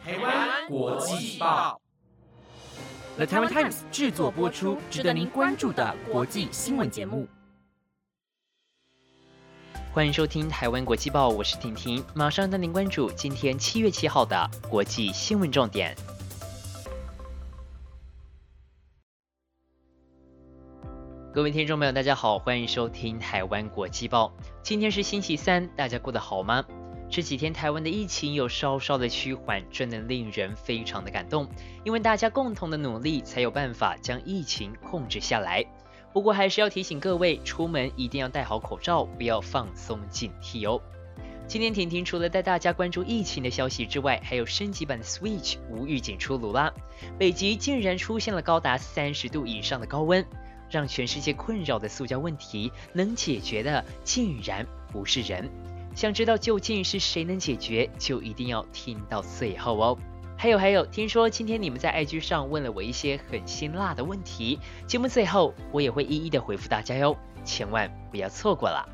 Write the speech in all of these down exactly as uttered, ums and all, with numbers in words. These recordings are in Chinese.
台湾国际报 The Taiwan Times 制作播出，值得您关注的国际新闻节目。 欢迎收听台湾国际报，我是婷婷，马上带您关注今天七月七号的国际新闻重点。各位听众朋友，大家好，欢迎收听台湾国际报。今天是星期三，大家过得好吗？这几天台湾的疫情有稍稍的趋缓，真的令人非常的感动，因为大家共同的努力，才有办法将疫情控制下来。不过还是要提醒各位，出门一定要戴好口罩，不要放松警惕哦。今天婷婷除了带大家关注疫情的消息之外，还有升级版的 Switch 无预警出炉啦。北极竟然出现了高达三十度以上的高温，让全世界困扰的塑胶问题能解决的竟然不是人。想知道究竟是谁能解决，就一定要听到最后哦。还有还有，听说今天你们在 I G 上问了我一些很辛辣的问题，节目最后我也会一一的回复大家哟，千万不要错过了。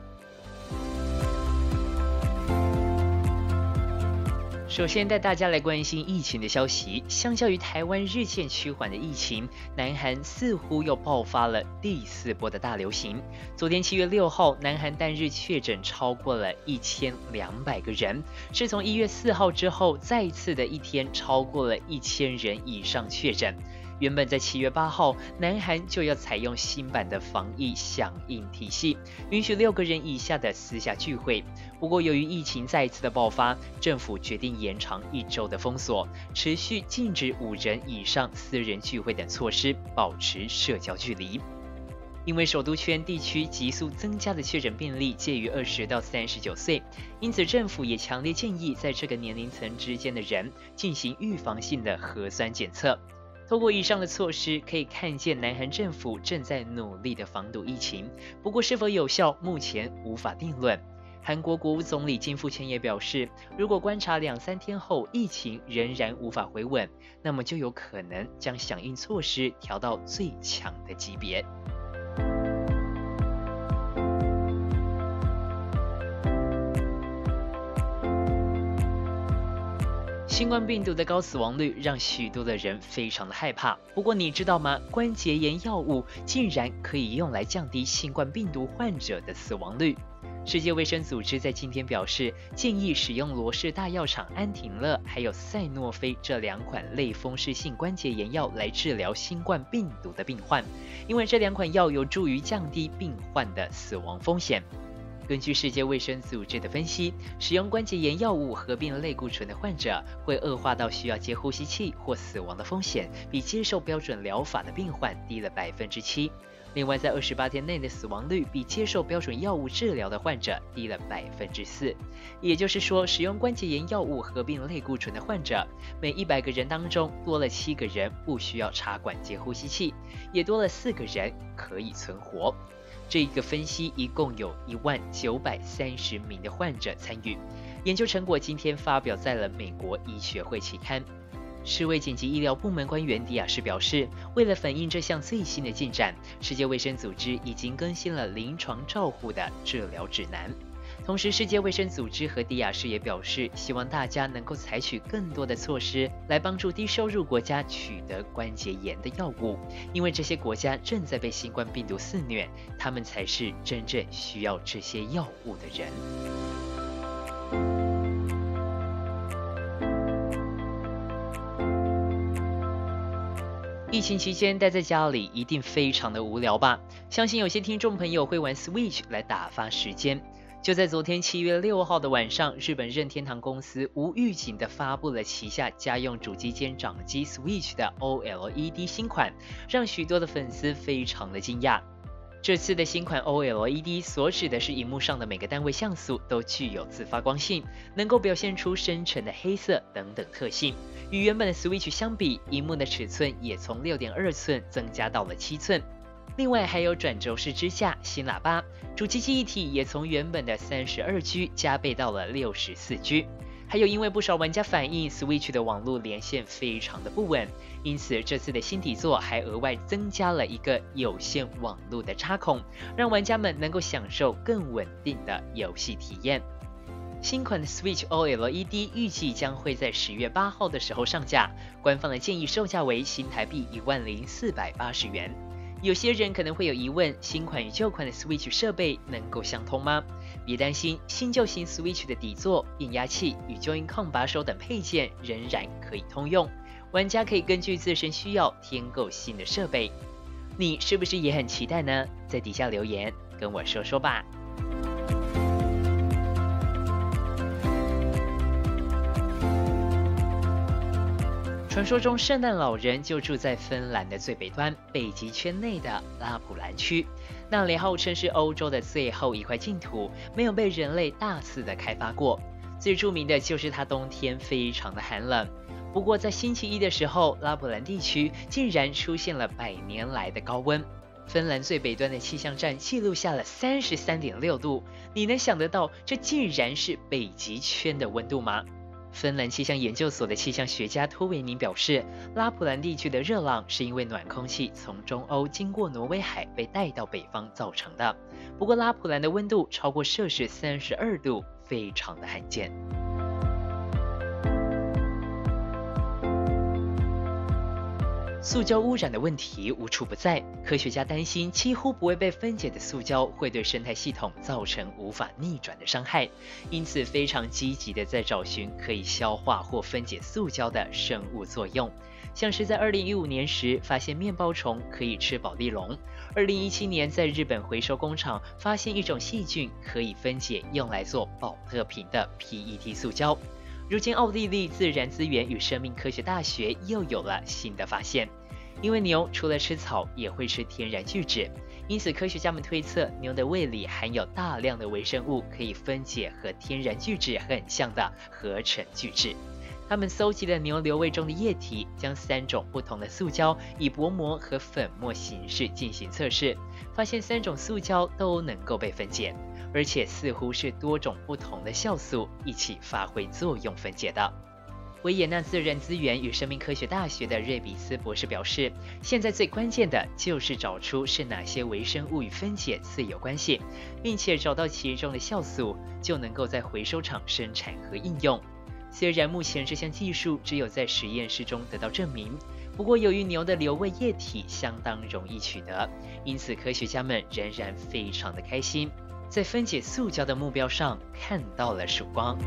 首先带大家来关心疫情的消息，相较于台湾日渐趋缓的疫情，南韩似乎又爆发了第四波的大流行。昨天七月六号，南韩单日确诊超过了一千两百个人，是从一月四号之后再次的一天超过了一千人以上确诊。原本在七月八号，南韩就要采用新版的防疫响应体系，允许六个人以下的私下聚会。不过由于疫情再次的爆发，政府决定延长一周的封锁，持续禁止五人以上私人聚会等措施，保持社交距离。因为首都圈地区急速增加的确诊病例介于二十到三十九岁，因此政府也强烈建议在这个年龄层之间的人进行预防性的核酸检测。透过以上的措施，可以看见南韩政府正在努力的防堵疫情，不过是否有效，目前无法定论。韩国国务总理金富谦也表示，如果观察两三天后疫情仍然无法回稳，那么就有可能将响应措施调到最强的级别。新冠病毒的高死亡率让许多的人非常的害怕。不过你知道吗？关节炎药物竟然可以用来降低新冠病毒患者的死亡率。世界卫生组织在今天表示，建议使用罗氏大药厂安廷乐还有赛诺菲这两款类风湿性关节炎药来治疗新冠病毒的病患，因为这两款药有助于降低病患的死亡风险。根据世界卫生组织的分析，使用关节炎药物合并类固醇的患者，会恶化到需要接呼吸器或死亡的风险，比接受标准疗法的病患低了百分之七。另外，在二十八天内的死亡率比接受标准药物治疗的患者低了百分之四。也就是说，使用关节炎药物合并类固醇的患者，每一百个人当中多了七个人不需要插管接呼吸器，也多了四个人可以存活。这个分析一共有一万九百三十名的患者参与，研究成果今天发表在了美国医学会期刊。世卫紧急医疗部门官员迪亚士表示，为了反映这项最新的进展，世界卫生组织已经更新了临床照护的治疗指南。同时，世界卫生组织和迪亚士也表示，希望大家能够采取更多的措施来帮助低收入国家取得关节炎的药物，因为这些国家正在被新冠病毒肆虐，他们才是真正需要这些药物的人。疫情期间待在家里一定非常的无聊吧？相信有些听众朋友会玩 Switch 来打发时间。就在昨天七月六号的晚上，日本任天堂公司无预警的发布了旗下家用主机兼掌机 Switch 的 O L E D 新款，让许多的粉丝非常的惊讶。这次的新款 O L E D 所指的是荧幕上的每个单位像素都具有自发光性，能够表现出深沉的黑色等等特性。与原本的 Switch 相比，荧幕的尺寸也从 六点二寸增加到了七寸。另外还有转轴式支架、新喇叭，主机记忆体也从原本的 三十二 G 加倍到了 六十四 G。还有因为不少玩家反映 Switch 的网络连线非常的不稳，因此这次的新底座还额外增加了一个有线网络的插孔，让玩家们能够享受更稳定的游戏体验。 新款的 Switch O L E D 预计将会在十月八号的时候上架，官方的建议售价为新台币一万零四百八十元。有些人可能会有疑问，新款与旧款的 Switch 设备能够相通吗？别担心，新旧型 Switch 的底座、变压器与 Joy-Con 把手等配件仍然可以通用，玩家可以根据自身需要添购新的设备。你是不是也很期待呢？在底下留言跟我说说吧。传说中，圣诞老人就住在芬兰的最北端，北极圈内的拉普兰区。那里号称是欧洲的最后一块净土，没有被人类大肆的开发过。最著名的就是它冬天非常的寒冷。不过在星期一的时候，拉普兰地区竟然出现了百年来的高温。芬兰最北端的气象站记录下了 三十三点六度，你能想得到这竟然是北极圈的温度吗？芬兰气象研究所的气象学家托维尼表示，拉普兰地区的热浪是因为暖空气从中欧经过挪威海被带到北方造成的。不过拉普兰的温度超过摄氏三十二度，非常的罕见。塑胶污染的问题无处不在，科学家担心几乎不会被分解的塑胶会对生态系统造成无法逆转的伤害，因此非常积极的在找寻可以消化或分解塑胶的生物作用。像是在二零一五年时发现面包虫可以吃保丽龙，二零一七年在日本回收工厂发现一种细菌可以分解用来做保特瓶的 P E T 塑胶。如今奥地利自然资源与生命科学大学又有了新的发现，因为牛除了吃草也会吃天然聚酯，因此科学家们推测牛的胃里含有大量的微生物可以分解和天然聚酯很像的合成聚酯。他们搜集了牛瘤胃中的液体，将三种不同的塑胶以薄膜和粉末形式进行测试，发现三种塑胶都能够被分解，而且似乎是多种不同的酵素一起发挥作用分解的。维也纳自然资源与生命科学大学的瑞比斯博士表示，现在最关键的就是找出是哪些微生物与分解最有关系，并且找到其中的酵素，就能够在回收厂生产和应用。虽然目前这项技术只有在实验室中得到证明，不过由于牛的瘤胃液体相当容易取得，因此科学家们仍然非常的开心，在分解塑胶的目标上看到了曙光。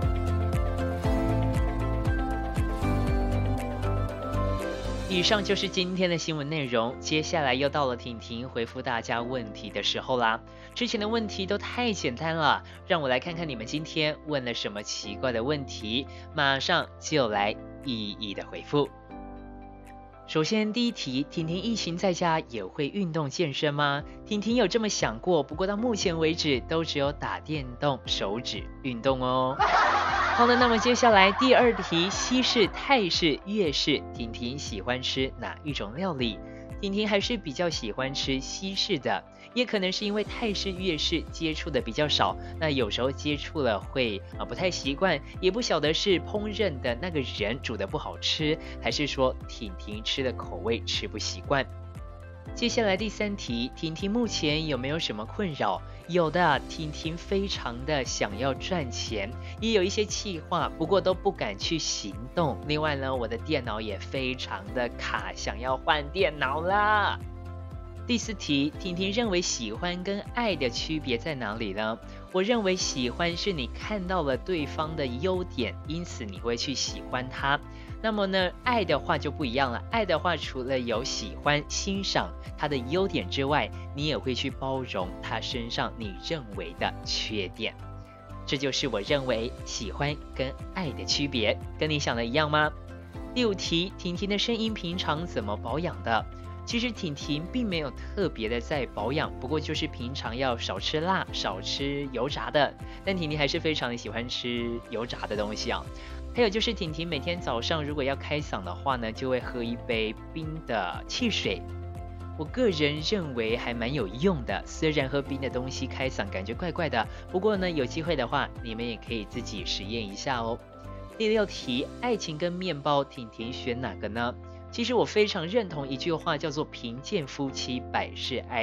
以上就是今天的新闻内容，接下来又到了婷婷回复大家问题的时候啦。之前的问题都太简单了，让我来看看你们今天问了什么奇怪的问题，马上就来一一的回复。首先第一题，婷婷疫情在家也会运动健身吗？婷婷有这么想过，不过到目前为止都只有打电动、手指运动哦。好的，那么接下来第二题，西式、泰式、粤式，婷婷喜欢吃哪一种料理？婷婷还是比较喜欢吃西式的，也可能是因为泰式、粤式接触的比较少，那有时候接触了会啊不太习惯，也不晓得是烹饪的那个人煮的不好吃，还是说婷婷吃的口味吃不习惯。接下来第三题，婷婷目前有没有什么困扰？有的，婷婷非常的想要赚钱，也有一些计划，不过都不敢去行动。另外呢，我的电脑也非常的卡，想要换电脑啦。第四题，婷婷认为喜欢跟爱的区别在哪里呢？我认为喜欢是你看到了对方的优点，因此你会去喜欢他。那么呢，爱的话就不一样了。爱的话，除了有喜欢、欣赏他的优点之外，你也会去包容他身上你认为的缺点。这就是我认为喜欢跟爱的区别，跟你想的一样吗？第五题，婷婷的声音平常怎么保养的？其实婷婷并没有特别的在保养，不过就是平常要少吃辣，少吃油炸的。但婷婷还是非常的喜欢吃油炸的东西啊。还有就是婷婷每天早上如果要开嗓的话呢，就会喝一杯冰的汽水。我个人认为还蛮有用的，虽然喝冰的东西开嗓感觉怪怪的，不过呢有机会的话，你们也可以自己实验一下哦。第六题，爱情跟面包，婷婷选哪个呢？其实我非常认同一句话，叫做贫贱夫妻百事哀。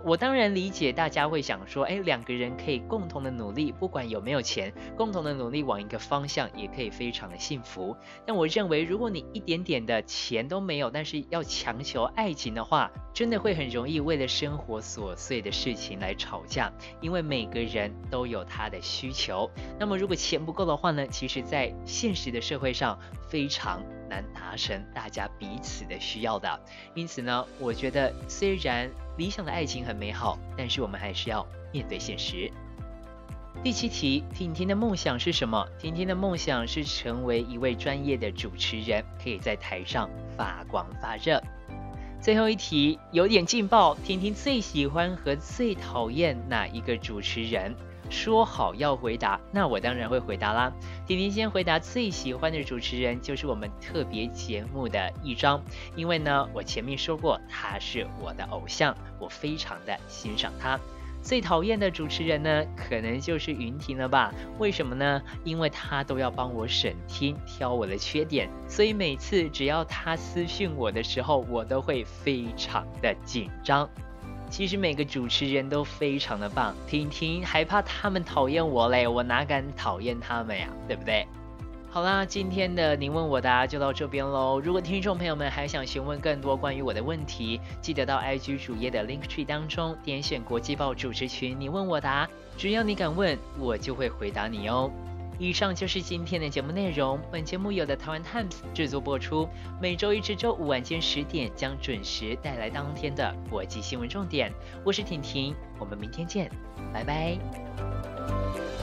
我当然理解大家会想说，哎，两个人可以共同的努力，不管有没有钱，共同的努力往一个方向，也可以非常的幸福。但我认为，如果你一点点的钱都没有，但是要强求爱情的话，真的会很容易为了生活琐碎的事情来吵架，因为每个人都有他的需求。那么如果钱不够的话呢，其实在现实的社会上非常难达成大家彼此的需要的。因此呢，我觉得虽然理想的爱情很美好，但是我们还是要面对现实。第七题，婷婷的梦想是什么？婷婷的梦想是成为一位专业的主持人，可以在台上发光发热。最后一题有点劲爆，婷婷最喜欢和最讨厌哪一个主持人？说好要回答，那我当然会回答啦。婷婷先回答最喜欢的主持人就是我们特别节目的一章，因为呢，我前面说过他是我的偶像，我非常的欣赏他。最讨厌的主持人呢，可能就是云婷了吧？为什么呢？因为他都要帮我审听，挑我的缺点，所以每次只要他私讯我的时候，我都会非常的紧张。其实每个主持人都非常的棒，婷婷还怕他们讨厌我嘞，我哪敢讨厌他们呀，对不对？好啦，今天的你问我答就到这边咯。如果听众朋友们还想询问更多关于我的问题，记得到 I G 主页的 Linktree 当中点选国际报主持群你问我答，只要你敢问，我就会回答你哦。以上就是今天的节目内容，本节目由的台湾 Times 制作播出，每周一至周五晚间十点将准时带来当天的国际新闻重点。我是婷婷，我们明天见，拜拜。